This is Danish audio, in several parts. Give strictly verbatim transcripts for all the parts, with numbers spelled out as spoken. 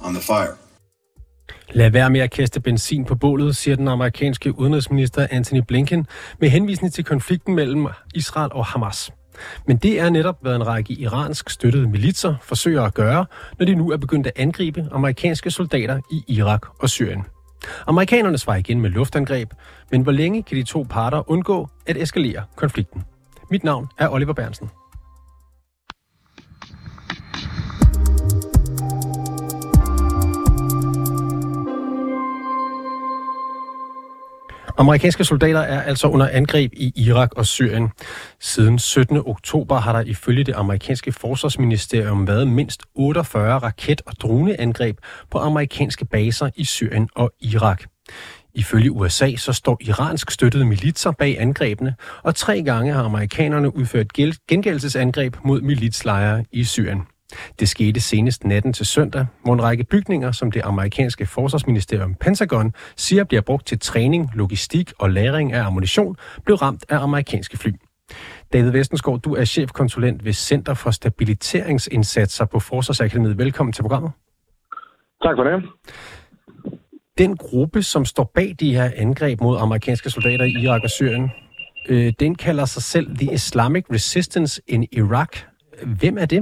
on the fire. Lad være med at kaste benzin på bålet, siger den amerikanske udenrigsminister Antony Blinken med henvisning til konflikten mellem Israel og Hamas. Men det er netop, hvad en række iransk støttede militser forsøger at gøre, når de nu er begyndt at angribe amerikanske soldater i Irak og Syrien. Amerikanerne svarer igen med luftangreb, men hvor længe kan de to parter undgå at eskalere konflikten? Mit navn er Oliver Bernsen. Amerikanske soldater er altså under angreb i Irak og Syrien. Siden syttende oktober har der ifølge det amerikanske forsvarsministerium været mindst otteogfyrre raket- og droneangreb på amerikanske baser i Syrien og Irak. Ifølge U S A så står iransk støttede militser bag angrebene, og tre gange har amerikanerne udført gengældelsesangreb mod militslejre i Syrien. Det skete senest natten til søndag, hvor en række bygninger, som det amerikanske forsvarsministerium Pentagon siger bliver brugt til træning, logistik og lagring af ammunition, blev ramt af amerikanske fly. David Vestenskov, du er chefkonsulent ved Center for Stabiliseringsindsatser på Forsvarsakademiet. Velkommen til programmet. Tak for det. Den gruppe, som står bag de her angreb mod amerikanske soldater i Irak og Syrien, øh, den kalder sig selv The Islamic Resistance in Iraq. Hvem er det?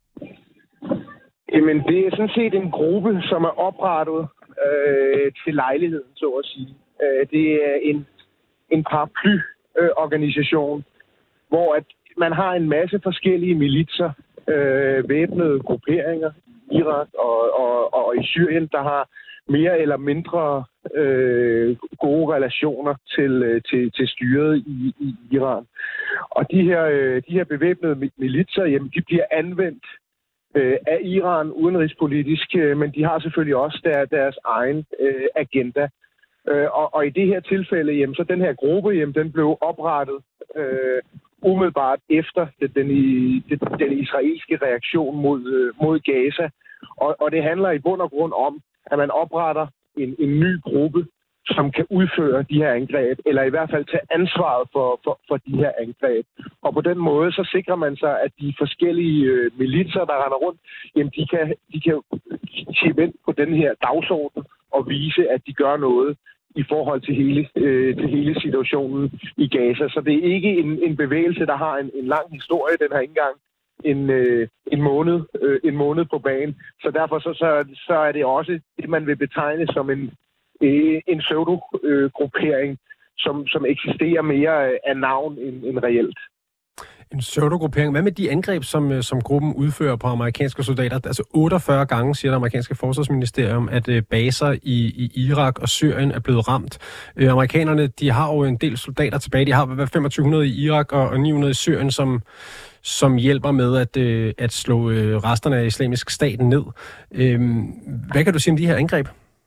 Jamen, det er sådan set en gruppe, som er oprettet øh, til lejligheden, så at sige. Øh, det er en, en paraplyorganisation, øh, hvor at man har en masse forskellige militser, øh, væbnede grupperinger i Irak og, og, og i Syrien, der har mere eller mindre øh, gode relationer til, til, til styret i, i Iran. Og de her, øh, de her bevæbnede militser, jamen, de bliver anvendt af Iran udenrigspolitisk, men de har selvfølgelig også der, deres egen øh, agenda. Øh, og, og i det her tilfælde, jamen, så den her gruppe, jamen, den blev oprettet øh, umiddelbart efter den, den, den, den israelske reaktion mod, øh, mod Gaza. Og, og det handler i bund og grund om, at man opretter en, en ny gruppe, som kan udføre de her angreb, eller i hvert fald tage ansvaret for, for, for de her angreb. Og på den måde, så sikrer man sig, at de forskellige øh, militser, der render rundt, jamen de kan, de kan se vendt på den her dagsorden og vise, at de gør noget i forhold til hele, øh, til hele situationen i Gaza. Så det er ikke en, en bevægelse, der har en, en lang historie. Den har ikke engang en, øh, en, måned, øh, en måned på banen. Så derfor så, så, så er det også det, man vil betegne som en en pseudo-gruppering, som, som eksisterer mere af navn end, end reelt. En pseudo-gruppering. Hvad med de angreb, som, som gruppen udfører på amerikanske soldater? Altså otteogfyrre gange, siger det amerikanske forsvarsministerium, at baser i, i Irak og Syrien er blevet ramt. Øh, amerikanerne, de har jo en del soldater tilbage. De har hvad femogtyve hundrede i Irak og, og ni hundrede i Syrien, som, som hjælper med at, øh, at slå øh, resterne af islamisk stat ned. Øh, hvad kan du sige om de her angreb?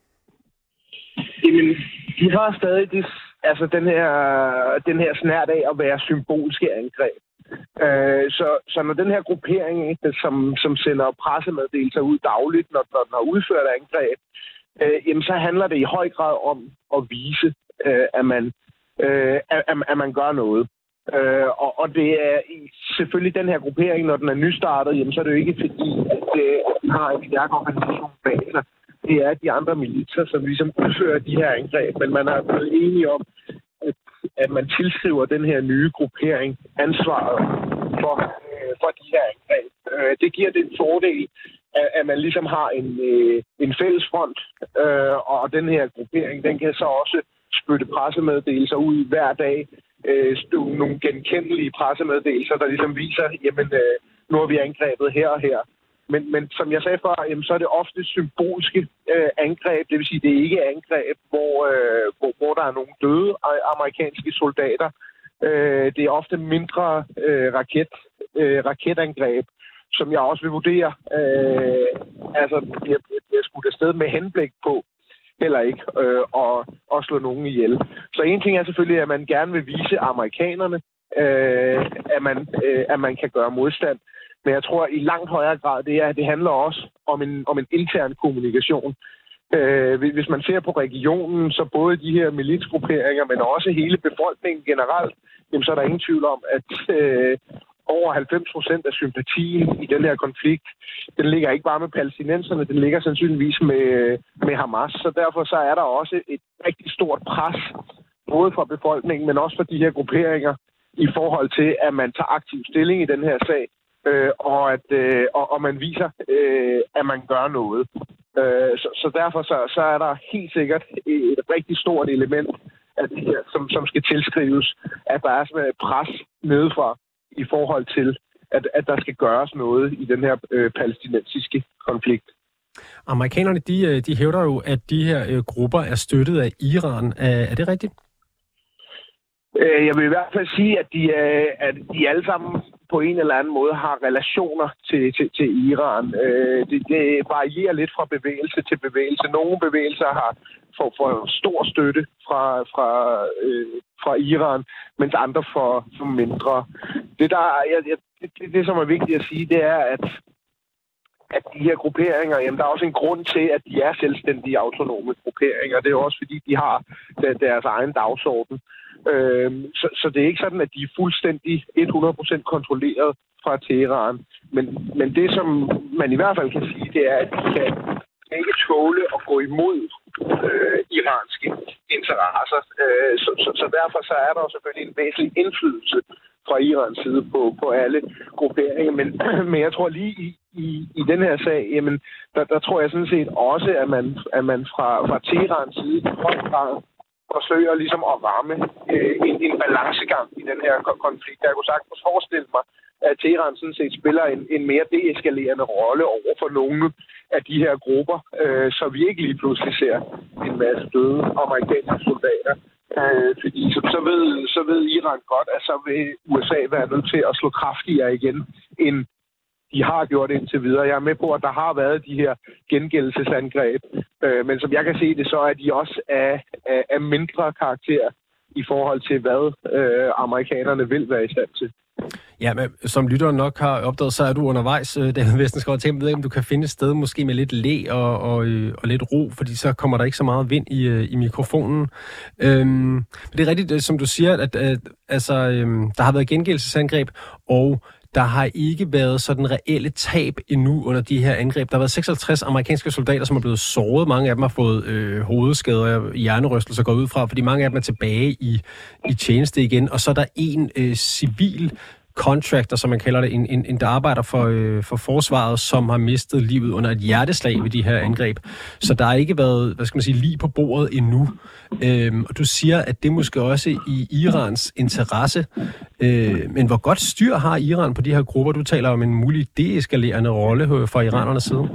Jamen, de har stadig det, altså den her, den her snært af at være symbolske angreb. Øh, så, så når den her gruppering, ikke, som, som sender pressemeddelelser ud dagligt, når, når den har udført angreb, øh, jamen, så handler det i høj grad om at vise, øh, at, man, øh, at, at man gør noget. Øh, og, og det er selvfølgelig den her gruppering, når den er nystartet, jamen, så er det jo ikke fordi, at den har en stærk organisation bag sig. Det er de andre militser, som ligesom udfører de her angreb. Men man er blevet enige om, at, at man tilskriver den her nye gruppering ansvaret for, øh, for de her angreb. Øh, det giver den fordel, at, at man ligesom har en, øh, en fælles front, øh, og den her gruppering, den kan så også spytte pressemeddelelser ud hver dag. Øh, nogle genkendelige pressemeddelelser, der ligesom viser, jamen øh, nu har vi angrebet her og her. Men, men som jeg sagde før, jamen, så er det ofte symbolske øh, angreb. Det vil sige, det er ikke angreb, hvor, øh, hvor, hvor der er nogle døde amerikanske soldater. Øh, det er ofte mindre øh, raket, øh, raketangreb, som jeg også vil vurdere. Øh, altså, jeg, jeg skulle afsted med henblik på heller ikke øh, og, og slå nogen ihjel. Så en ting er selvfølgelig, at man gerne vil vise amerikanerne, øh, at, man, øh, at man kan gøre modstand. Men jeg tror i langt højere grad, det, er, det handler også om en, om en intern kommunikation. Øh, hvis man ser på regionen, så både de her militsgrupperinger, men også hele befolkningen generelt, jamen, så er der ingen tvivl om, at, øh, over halvfems procent af sympatien i den her konflikt, den ligger ikke bare med palæstinenserne, den ligger sandsynligvis med, med Hamas. Så derfor så er der også et rigtig stort pres, både fra befolkningen, men også fra de her grupperinger, i forhold til, at man tager aktiv stilling i den her sag, øh, og, at, øh, og, og man viser, øh, at man gør noget. Øh, så, så derfor så, så er der helt sikkert et rigtig stort element af det her, som, som skal tilskrives, at der er sådan et pres nedefra i forhold til, at, at der skal gøres noget i den her øh, palæstinensiske konflikt. Amerikanerne, de, de hævder jo, at de her øh, grupper er støttet af Iran. Er, er det rigtigt? Jeg vil i hvert fald sige, at de, at de alle sammen på en eller anden måde har relationer til, til, til Iran. Det, det varierer lidt fra bevægelse til bevægelse. Nogle bevægelser har for, for stor støtte fra, fra, øh, fra Iran, mens andre får, får mindre. Det, der, jeg, det, det, som er vigtigt at sige, det er, at at de her grupperinger, jamen der er også en grund til, at de er selvstændige autonome grupperinger. Det er jo også fordi, de har deres egen dagsorden. Øhm, så, så det er ikke sådan, at de er fuldstændig hundrede procent kontrolleret fra Teheran. Men, men det, som man i hvert fald kan sige, det er, at de kan ikke tåle at gå imod øh, iranske interesser. Øh, så, så, så derfor så er der selvfølgelig en væsentlig indflydelse fra Irans side på, på alle grupperinger. Men, men jeg tror lige i, i, i den her sag, jamen, der, der tror jeg sådan set også, at man, at man fra, fra Teherans side i høj grad forsøger ligesom at ramme øh, en, en balancegang i den her konflikt. Jeg kunne sagtens forestille mig, at Teheran sådan set spiller en, en mere deeskalerende rolle over for nogle af de her grupper, øh, så vi ikke lige pludselig ser en masse døde amerikanske soldater. Øh, fordi så, så, ved, så ved Iran godt, at så vil U S A være nødt til at slå kraftigere igen, end de har gjort indtil videre. Jeg er med på, at der har været de her gengældelsesangreb, øh, men som jeg kan se det, så er de også af, af, af mindre karakter i forhold til, hvad øh, amerikanerne vil være i stand til. Ja, men som lytteren nok har opdaget, så er du undervejs, David Vestenskov, til at ved, om du kan finde et sted måske med lidt læ og, og, og lidt ro, fordi så kommer der ikke så meget vind i, i mikrofonen. Øhm, men det er rigtigt, som du siger, at, at altså, øhm, der har været gengældelsesangreb, og der har ikke været sådan reelle tab endnu under de her angreb. Der har været seksoghalvtreds amerikanske soldater, som er blevet såret. Mange af dem har fået øh, hovedskader, hjernerystelser går ud fra, fordi mange af dem er tilbage i, i tjeneste igen. Og så er der en øh, civil contractor, som man kalder det, en, en, en der arbejder for, øh, for forsvaret, som har mistet livet under et hjerteslag ved de her angreb. Så der har ikke været, hvad skal man sige, lige på bordet endnu. Øhm, og du siger, at det måske også i Irans interesse. Øh, men hvor godt styr har Iran på de her grupper? Du taler om en mulig deeskalerende rolle fra iranernes side.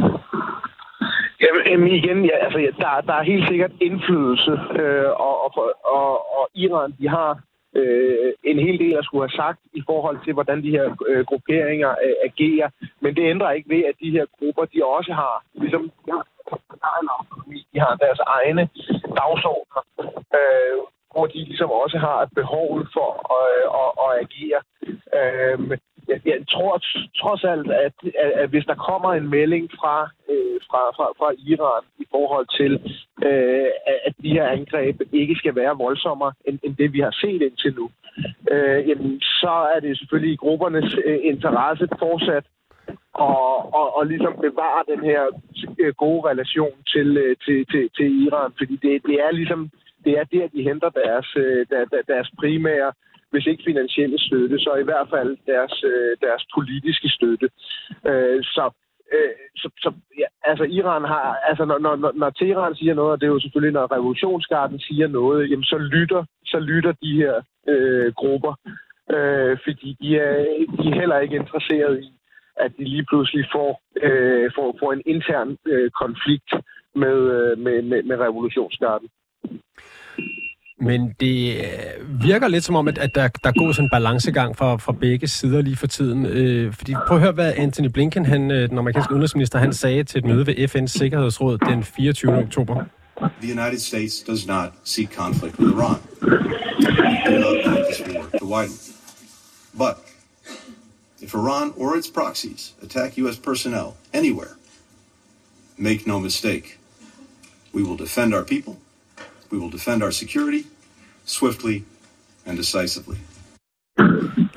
Jamen igen, ja, altså, der, der er helt sikkert indflydelse, øh, og, og, og, og Iran, de har Øh, en hel del at skulle have sagt i forhold til, hvordan de her øh, grupperinger øh, agerer. Men det ændrer ikke ved, at de her grupper, de også har, ligesom de har, de har deres egne dagsordner, øh, hvor de ligesom også har et behov for øh, at, at agere. Øh, jeg, jeg tror trods alt, at, at, at hvis der kommer en melding fra, øh, fra, fra, fra Iran i forhold til, øh, at de her angreb ikke skal være voldsommere end, end det, vi har set indtil nu, øh, jamen, så er det selvfølgelig i gruppernes øh, interesse fortsat og, og, og ligesom bevare den her øh, gode relation til, øh, til, til, til Iran, fordi det, det er ligesom det er der, de henter deres, øh, der, deres primære, hvis ikke finansielle støtte, så i hvert fald deres, øh, deres politiske støtte. Øh, så, øh, så, så ja, altså Iran har, altså når, når, når Teheran siger noget, og det er jo selvfølgelig, når revolutionsgarden siger noget, jamen så lytter, så lytter de her øh, grupper, øh, fordi de er, de er heller ikke interesseret i, at de lige pludselig får, øh, får, får en intern øh, konflikt med, øh, med, med, med revolutionsgarden. Men det virker lidt som om, at der, der går sådan en balancegang fra, fra begge sider lige for tiden. Øh, fordi prøv at høre, hvad Antony Blinken, han, den amerikanske udenrigsminister, han sagde til et møde ved F N's Sikkerhedsråd den fireogtyvende oktober. The United States does not seek conflict with Iran. We do not want this war to widen. But if Iran or its proxies attack U S personnel anywhere, make no mistake, we will defend our people. We will defend our security swiftly and decisively.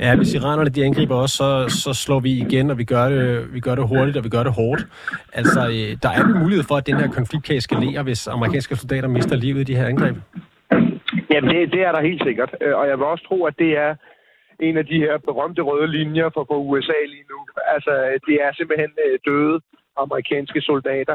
Ja, hvis iranerne de angriber os, så, så slår vi igen, og vi gør, det, vi gør det hurtigt, og vi gør det hårdt. Altså, der er jo mulighed for, at den her konflikt kan eskalere, hvis amerikanske soldater mister livet i de her angreb. Jamen, det, det er der helt sikkert. Og jeg vil også tro, at det er en af de her berømte røde linjer for, for U S A lige nu. Altså, det er simpelthen døde amerikanske soldater.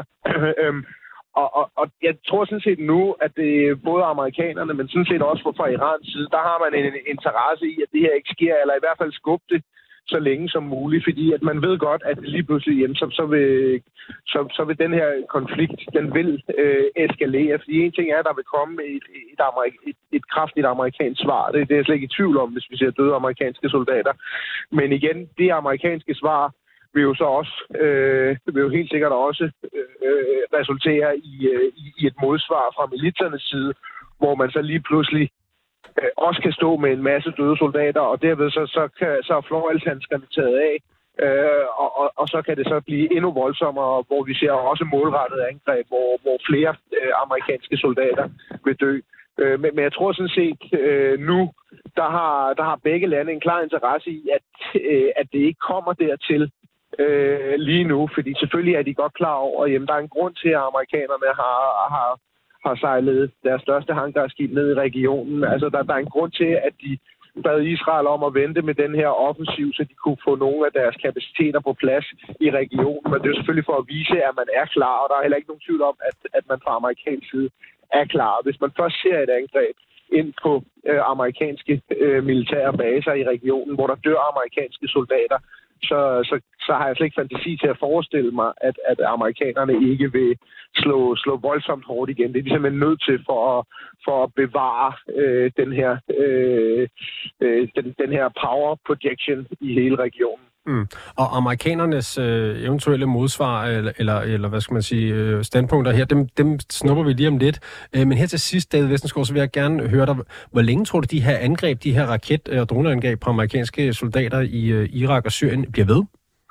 Og, og, og jeg tror sådan set nu, at det både amerikanerne, men sådan set også fra Irans side, der har man en, en interesse i, at det her ikke sker, eller i hvert fald skubbe det så længe som muligt, fordi at man ved godt, at lige pludselig jamen, så, så, vil, så, så vil den her konflikt, den vil øh, eskalere. Fordi en ting er, at der vil komme et, et, amerik- et, et kraftigt amerikansk svar. Det, det er jeg slet ikke i tvivl om, hvis vi ser døde amerikanske soldater. Men igen, det amerikanske svar vil jo så også, øh, vil jo helt sikkert også øh, resultere i, øh, i et modsvar fra militsernes side, hvor man så lige pludselig øh, også kan stå med en masse døde soldater, og derved så, så, kan, så er florhalshandskerne taget af, øh, og, og, og så kan det så blive endnu voldsommere, hvor vi ser også målrettet angreb, hvor, hvor flere øh, amerikanske soldater vil dø. Øh, men, men jeg tror sådan set, øh, nu der har, der har begge lande en klar interesse i, at, øh, at det ikke kommer dertil, Øh, lige nu, fordi selvfølgelig er de godt klar over, at jamen, der er en grund til, at amerikanerne har, har, har sejlet deres største hangarskib ned i regionen. Altså, der, der er en grund til, at de bad Israel om at vente med den her offensiv, så de kunne få nogle af deres kapaciteter på plads i regionen. Men det er jo selvfølgelig for at vise, at man er klar, og der er heller ikke nogen tvivl om, at, at man fra amerikansk side er klar. Hvis man først ser et angreb ind på øh, amerikanske øh, militære baser i regionen, hvor der dør amerikanske soldater, Så, så, så har jeg slet ikke fantasi til at forestille mig, at, at amerikanerne ikke vil slå, slå voldsomt hårdt igen. Det er de simpelthen nødt til for at, for at bevare øh, den, her, øh, øh, den, den her power projection i hele regionen. Mm. Og amerikanernes øh, eventuelle modsvar, eller, eller, eller hvad skal man sige, øh, standpunkter her, dem, dem snupper vi lige om lidt. Øh, men her til sidst, David Vestenskov, så vil jeg gerne høre dig, hvor længe tror du, de her angreb, de her raket- og droneangreb på amerikanske soldater i øh, Irak og Syrien bliver ved?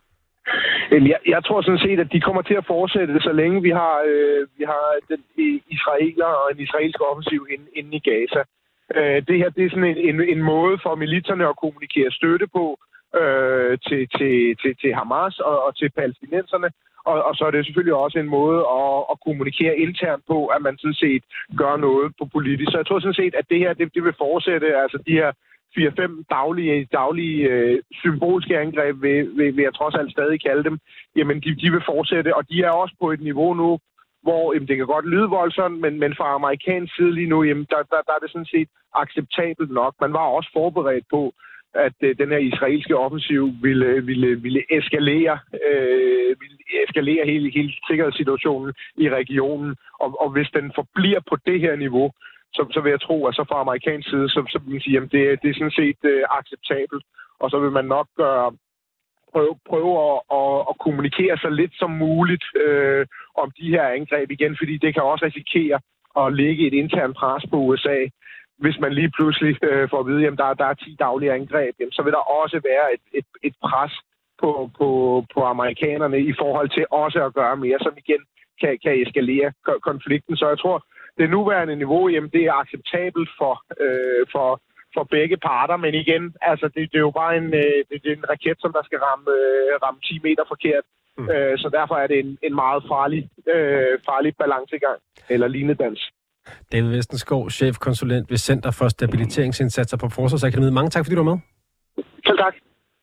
Jeg, jeg tror sådan set, at de kommer til at fortsætte, så længe vi har, øh, vi har den israeler og en israelsk offensiv inde, inde i Gaza. Øh, det her det er sådan en, en, en måde for militserne at kommunikere støtte på, Øh, til, til, til, til Hamas og, og til palæstinenserne. Og, og så er det selvfølgelig også en måde at, at kommunikere internt på, at man sådan set gør noget på politisk. Så jeg tror sådan set, at det her det, det vil fortsætte. Altså de her fire fem daglige, daglige øh, symbolske angreb, vil, vil, vil jeg trods alt stadig kalde dem, jamen de, de vil fortsætte. Og de er også på et niveau nu, hvor jamen, det kan godt lyde voldsomt, men, men fra amerikansk side lige nu, jamen, der, der, der er det sådan set acceptabelt nok. Man var også forberedt på, at øh, den her israelske offensiv ville, ville, ville eskalere, øh, ville eskalere hele, hele sikkerhedssituationen i regionen. Og, og hvis den forbliver på det her niveau, så, så vil jeg tro, at så fra amerikansk side, så, så vil man sige, at det, det er sådan set øh, acceptabelt. Og så vil man nok gøre, prøve, prøve at, at, at kommunikere så lidt som muligt øh, om de her angreb igen, fordi det kan også risikere at lægge et internt pres på U S A. Hvis man lige pludselig øh, får at vide, at der, der er ti daglige angreb, jamen, så vil der også være et, et, et pres på, på, på amerikanerne i forhold til også at gøre mere, som igen kan, kan eskalere konflikten. Så jeg tror, det nuværende niveau, jamen, det er acceptabelt for, øh, for, for begge parter, men igen, altså, det, det er jo bare en, øh, det, det er en raket, som der skal ramme, øh, ramme ti meter forkert. Mm. Øh, så derfor er det en, en meget farlig, øh, farlig balancegang, eller linedans. David Vestenskov, chefkonsulent ved Center for Stabiliseringsindsatser på Forsvarsakademiet. Mange tak, fordi du var med. Selv tak.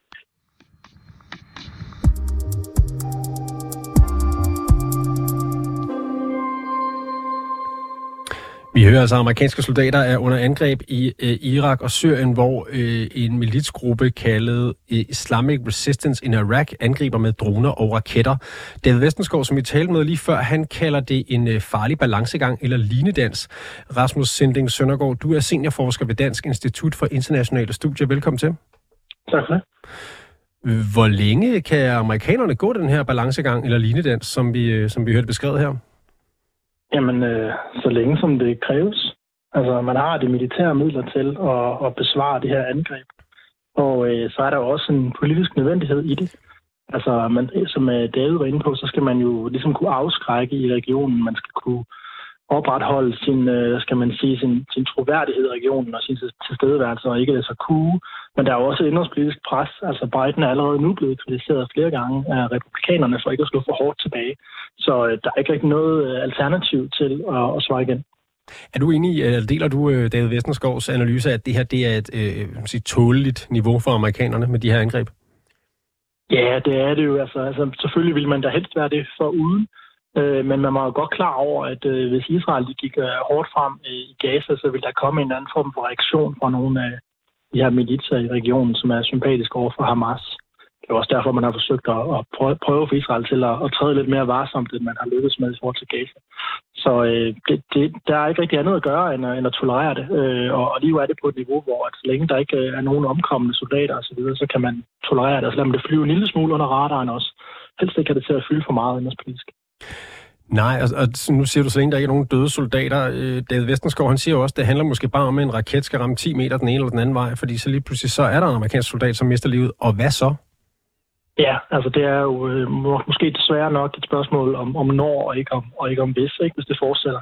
Vi hører altså, at amerikanske soldater er under angreb i øh, Irak og Syrien, hvor øh, en militsgruppe kaldet øh, Islamic Resistance in Iraq angriber med droner og raketter. David Vestenskov, som vi talte med lige før, han kalder det en øh, farlig balancegang eller linedans. Rasmus Sinding Søndergaard, du er seniorforsker ved Dansk Institut for Internationale Studier. Velkommen til. Tak for det. Hvor længe kan amerikanerne gå den her balancegang eller linedans, som vi, øh, som vi hørte beskrevet her? Jamen, øh, så længe som det kræves. Altså, man har de militære midler til at, at besvare det her angreb. Og øh, så er der jo også en politisk nødvendighed i det. Altså, man, som David var inde på, så skal man jo ligesom kunne afskrække i regionen. Man skal kunne opretholde sin, øh, skal man sige, sin, sin troværdighed i regionen og sin tilstedeværelse, og ikke det så kue. Men der er også indrigspolitisk pres. Altså Biden er allerede nu blevet kritiseret flere gange af republikanerne for ikke at slå for hårdt tilbage. Så øh, der er ikke rigtig noget alternativ til at, at svare igen. Er du enig i, eller deler du David Westenskovs analyse af, at det her det er et øh, sige, tåleligt niveau for amerikanerne med de her angreb? Ja, det er det jo. Altså, altså selvfølgelig vil man da helst være det for uden. Øh, men man var jo godt klar over, at øh, hvis Israel de gik øh, hårdt frem øh, i Gaza, så ville der komme en anden form for reaktion fra nogle af de her militser i regionen, som er sympatiske over for Hamas. Det er også derfor, man har forsøgt at, at prøve, prøve for Israel til at, at træde lidt mere varsomt, end man har lykkedes med i forhold til Gaza. Så øh, det, det, der er ikke rigtig andet at gøre, end at, end at tolerere det. Øh, og, og lige er det på et niveau, hvor at så længe der ikke er nogen omkommende soldater osv., så, så kan man tolerere det. Og så lader man det flyve en lille smule under radaren også. Helst ikke kan det til at fylde for meget indrigspolitisk. Nej, og, og nu siger du, så længe der ikke er nogen døde soldater. Øh, David Westenskov, han siger jo også, at det handler måske bare om, at en raket skal ramme ti meter den ene eller den anden vej, fordi så lige pludselig så er der en amerikansk soldat, som mister livet. Og hvad så? Ja, altså det er jo øh, måske desværre nok et spørgsmål om, om når og ikke om, og ikke om hvis, ikke, hvis det fortsætter.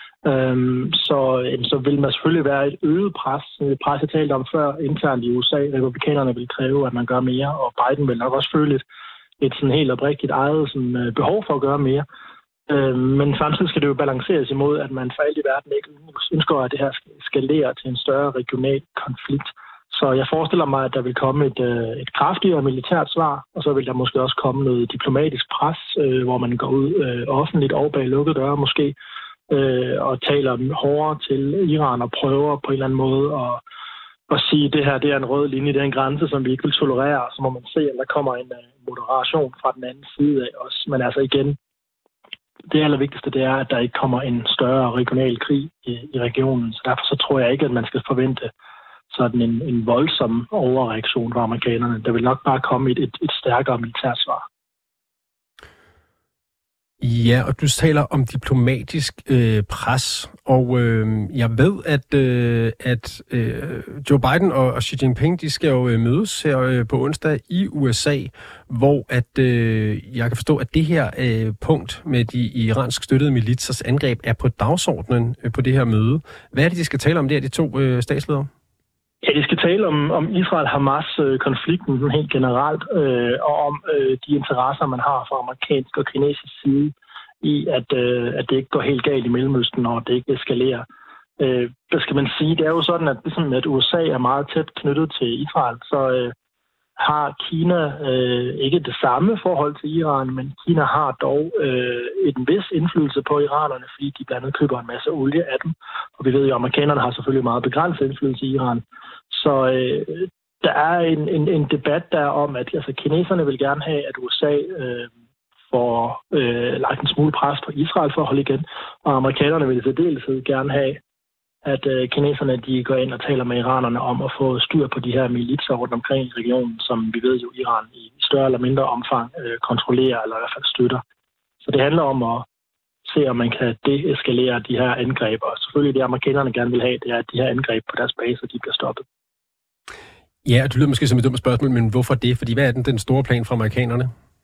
Øhm, så, øh, så vil man selvfølgelig være et øget pres. Pres, jeg talte om før, internt i U S A. Republikanerne vil kræve, at man gør mere, og Biden vil nok også føle et, et sådan helt oprigtigt eget sådan, øh, behov for at gøre mere. Øhm, men samtidig skal det jo balanceres imod, at man for alt i verden ikke ønsker, at det her skal eskalere til en større regional konflikt. Så jeg forestiller mig, at der vil komme et, et kraftigere militært svar, og så vil der måske også komme noget diplomatisk pres, øh, hvor man går ud øh, offentligt og bag lukkede døre måske, øh, og taler hårdere til Iran og prøver på en eller anden måde at, at sige, at det her det er en rød linje, det er en grænse, som vi ikke vil tolerere, så må man se, at der kommer en uh, moderation fra den anden side af os. Men altså igen, det allervigtigste det er, at der ikke kommer en større regional krig i, i regionen, så derfor så tror jeg ikke, at man skal forvente sådan en, en voldsom overreaktion fra amerikanerne. Der vil nok bare komme et, et, et stærkere militært svar. Ja, og du taler om diplomatisk øh, pres, og øh, jeg ved, at, øh, at øh, Joe Biden og, og Xi Jinping, de skal jo øh, mødes her øh, på onsdag i U S A, hvor at, øh, jeg kan forstå, at det her øh, punkt med de iransk støttede militsers angreb er på dagsordenen øh, på det her møde. Hvad er det, de skal tale om der, de to øh, statsledere? Ja, de skal tale om, om Israel-Hamas-konflikten sådan helt generelt, øh, og om øh, de interesser, man har fra amerikansk og kinesisk side i, at, øh, at det ikke går helt galt i Mellemøsten, og det ikke eskalerer. Øh, hvad skal man sige? Det er jo sådan, at, ligesom at U S A er meget tæt knyttet til Israel, så øh, har Kina øh, ikke det samme forhold til Iran, men Kina har dog øh, en vis indflydelse på iranerne, fordi de blandt andet køber en masse olie af dem. Og vi ved jo, at amerikanerne har selvfølgelig meget begrænset indflydelse i Iran. Så øh, der er en, en, en debat der om, at altså, kineserne vil gerne have, at U S A øh, får øh, lagt en smule pres på Israel for at holde igen, og amerikanerne vil i særdeleshed gerne have, at øh, kineserne de går ind og taler med iranerne om at få styr på de her militser rundt omkring i regionen, som vi ved jo Iran i større eller mindre omfang øh, kontrollerer eller i hvert fald støtter. Så det handler om at se, om man kan deeskalere de her angreb, og selvfølgelig det amerikanerne gerne vil have, det er, at de her angreb på deres baser, de bliver stoppet. Ja, det lyder måske som et dumt spørgsmål, men hvorfor det? Fordi hvad er den, den store plan fra amerikanerne?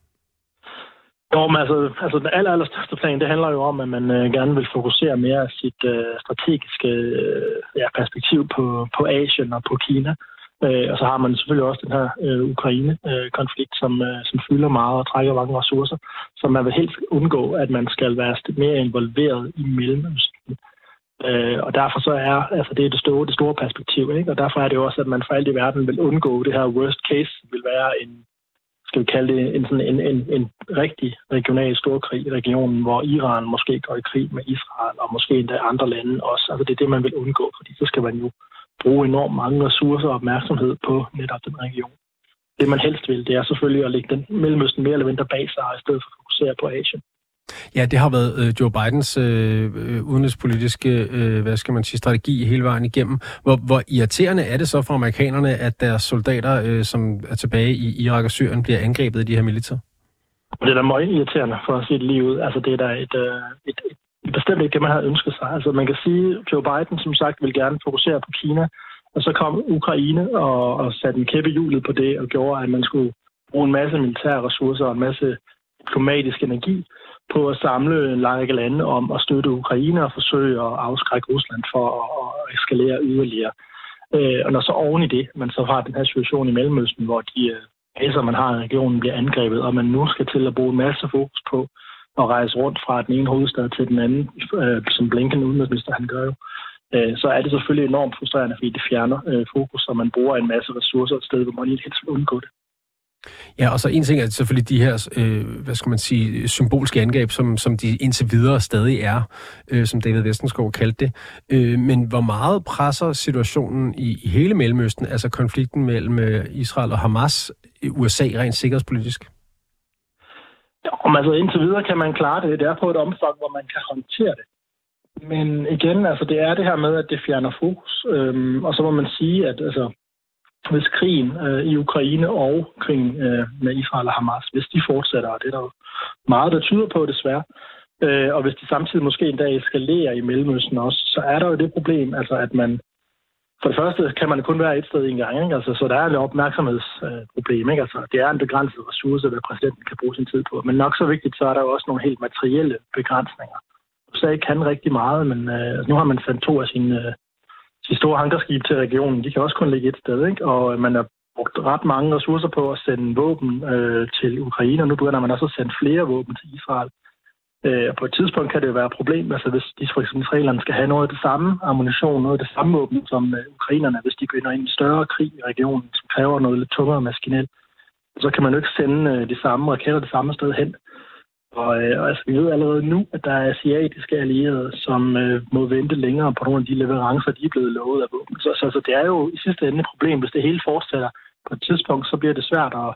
Jo, men altså, altså den aller, aller største plan, det handler jo om, at man øh, gerne vil fokusere mere af sit øh, strategiske øh, ja, perspektiv på, på Asien og på Kina. Øh, og så har man selvfølgelig også den her øh, Ukraine-konflikt, øh, som, øh, som fylder meget og trækker mange ressourcer. Så man vil helst undgå, at man skal være mere involveret i Mellemøsten. Øh, og derfor så er altså det er det store, det store perspektiv, ikke? Og derfor er det jo også, at man for alt i verden vil undgå det her worst case, vil være en, skal vi kalde det, en, sådan en, en, en rigtig regional storkrig i regionen, hvor Iran måske går i krig med Israel, og måske endda andre lande også. Altså det er det, man vil undgå, fordi så skal man jo bruge enormt mange ressourcer og opmærksomhed på netop den region. Det man helst vil, det er selvfølgelig at lægge den Mellemøsten mere eller mindre bag sig, i stedet for at fokusere på Asien. Ja, det har været øh, Joe Bidens øh, udenrigspolitiske øh, hvad skal man sige, strategi hele vejen igennem. Hvor, hvor irriterende er det så for amerikanerne, at deres soldater, øh, som er tilbage i Irak og Syrien, bliver angrebet af de her militser? Det er da meget irriterende for at se det lige ud. Altså, det er da et, øh, et, et bestemt ikke det, man havde ønsket sig. Altså, man kan sige, at Joe Biden, som sagt, vil gerne fokusere på Kina, og så kom Ukraine og, og satte en kæppe i hjulet på det, og gjorde, at man skulle bruge en masse militære ressourcer og en masse diplomatisk energi på at samle en række lande om at støtte Ukraine og forsøge at afskrække Rusland for at eskalere yderligere. Og når så oven i det, man så har den her situation i Mellemøsten, hvor de baser, man har i regionen, bliver angrebet, og man nu skal til at bruge en masse fokus på at rejse rundt fra den ene hovedstad til den anden, som Blinken, udenrigsminister, han gør jo, så er det selvfølgelig enormt frustrerende, fordi det fjerner fokus, og man bruger en masse ressourcer et sted, hvor man ikke helst vil undgå det. Ja, og så en ting er selvfølgelig de her, øh, hvad skal man sige, symbolske angreb, som, som de indtil videre stadig er, øh, som David Vestenskov kaldte det. Øh, men hvor meget presser situationen i, i hele Mellemøsten, altså konflikten mellem Israel og Hamas, U S A rent sikkerhedspolitisk? Ja, om altså indtil videre kan man klare det. Det er på et omfang, hvor man kan håndtere det. Men igen, altså det er det her med, at det fjerner fokus. Øhm, og så må man sige, at altså, hvis krigen øh, i Ukraine og krigen øh, med Israel og Hamas, hvis de fortsætter, og det er der jo meget, der tyder på desværre, øh, og hvis de samtidig måske en dag eskalerer i Mellemøsten også, så er der jo det problem, altså at man, for det første kan man kun være et sted en gang, ikke? Altså, så der er et opmærksomhedsproblem, ikke? Altså, det er en begrænset ressource, hvad præsidenten kan bruge sin tid på, men nok så vigtigt, så er der jo også nogle helt materielle begrænsninger. U S A kan rigtig meget, men øh, nu har man sendt to af sine... Øh, De store hangarskib til regionen, de kan også kun ligge et sted, ikke? Og man har brugt ret mange ressourcer på at sende våben øh, til Ukraine, og nu begynder man også at sende flere våben til Israel. Øh, og på et tidspunkt kan det jo være et problem, altså hvis de for eksempel israelerne skal have noget af det samme ammunition, noget af det samme våben som øh, ukrainerne, hvis de begynder ind i en større krig i regionen, som kræver noget lidt tungere maskinel, så kan man jo ikke sende øh, de samme raketter det samme sted hen. Og øh, altså, vi ved allerede nu, at der er asiatiske allierede, som øh, må vente længere på nogle af de leverancer, de er blevet lovet af våben. Så, så, så det er jo i sidste ende et problem. Hvis det hele fortsætter på et tidspunkt, så bliver det svært at,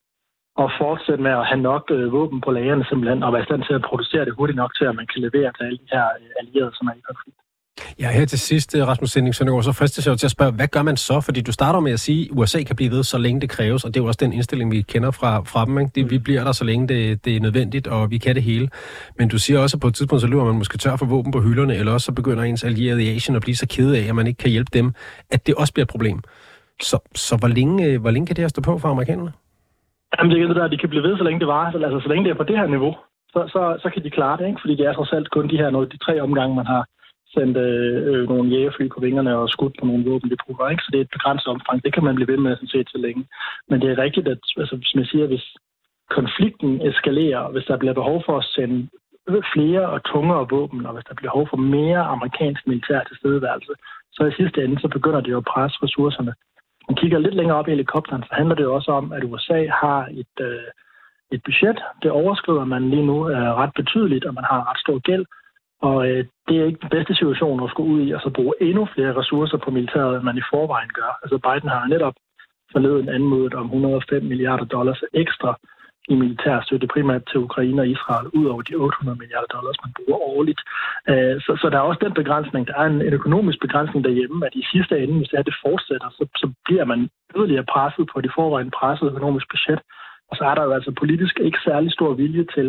at fortsætte med at have nok øh, våben på lagrene simpelthen, og være i stand til at producere det hurtigt nok til, at man kan levere til alle de her øh, allierede, som er i konflikt. Ja, her til sidst, Rasmus Sinding Søndergaard, så fristes jeg jo til at spørge, hvad gør man så? Fordi du starter med at sige, at U S A kan blive ved, så længe det kræves, og det er jo også den indstilling, vi kender fra, fra dem. Ikke? Det, vi bliver der, så længe det, det er nødvendigt, og vi kan det hele. Men du siger også, at på et tidspunkt, så løber man måske tør for våben på hylderne, eller også så begynder ens allierede i Asien at blive så kede af, at man ikke kan hjælpe dem, at det også bliver et problem. Så, så hvor, længe, hvor længe kan det her stå på for amerikanerne? Jamen, det er det der, de kan blive ved, så længe det var. Altså, så længe det er på det her niveau, så, så, så kan de klare det, ikke? Fordi det er trods alt kun de her noget, de tre omgange, man har sendt øh, nogle jægerfly på vingerne og skudt på nogle våben, det bruger, ikke? Så det er et begrænset omfang. Det kan man blive ved med sådan set så længe. Men det er rigtigt, at altså, som jeg siger, hvis konflikten eskalerer, hvis der bliver behov for at sende flere og tungere våben, og hvis der bliver behov for mere amerikansk militær tilstedeværelse, så i sidste ende, så begynder det jo at presse ressourcerne. Man kigger lidt længere op i helikopteren, så handler det jo også om, at U S A har et, øh, et budget. Det overskrider man lige nu øh, ret betydeligt, og man har ret stor gæld. Og øh, det er ikke den bedste situation at skulle ud i, og så bruge endnu flere ressourcer på militæret, end man i forvejen gør. Altså Biden har netop forleden anmodet om et hundrede og fem milliarder dollars ekstra i militærstøtte, primært til Ukraine og Israel, ud over de otte hundrede milliarder dollars, man bruger årligt. Øh, så, så der er også den begrænsning. Der er en, en økonomisk begrænsning derhjemme, at i sidste ende, hvis det, her, det fortsætter, så, så bliver man yderligere presset på de forvejen pressede økonomisk budget. Og så er der jo altså politisk ikke særlig stor vilje til,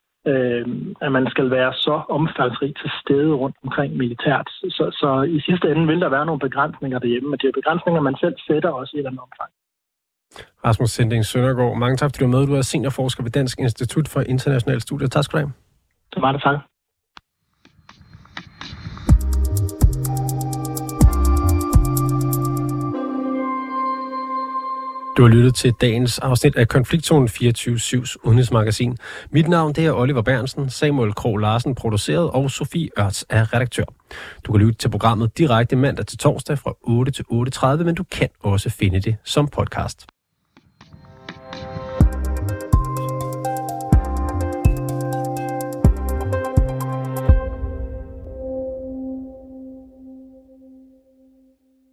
at man skal være så omfangsrig til stede rundt omkring militært. Så, så i sidste ende vil der være nogle begrænsninger derhjemme, men det er begrænsninger, man selv sætter også i et eller andet omfang. Rasmus Sinding Søndergaard, mange tak, fordi du var med. Du er seniorforsker ved Dansk Institut for Internationale Studier. Tak skal du have. Det var det, tak. Du har lyttet til dagens afsnit af Konfliktzone fireogtyve syvs udenrigsmagasin. Mit navn det er Oliver Bernsen, Samuel Krog Larsen produceret og Sofie Ørts er redaktør. Du kan lytte til programmet direkte mandag til torsdag fra otte til otte tredive, men du kan også finde det som podcast.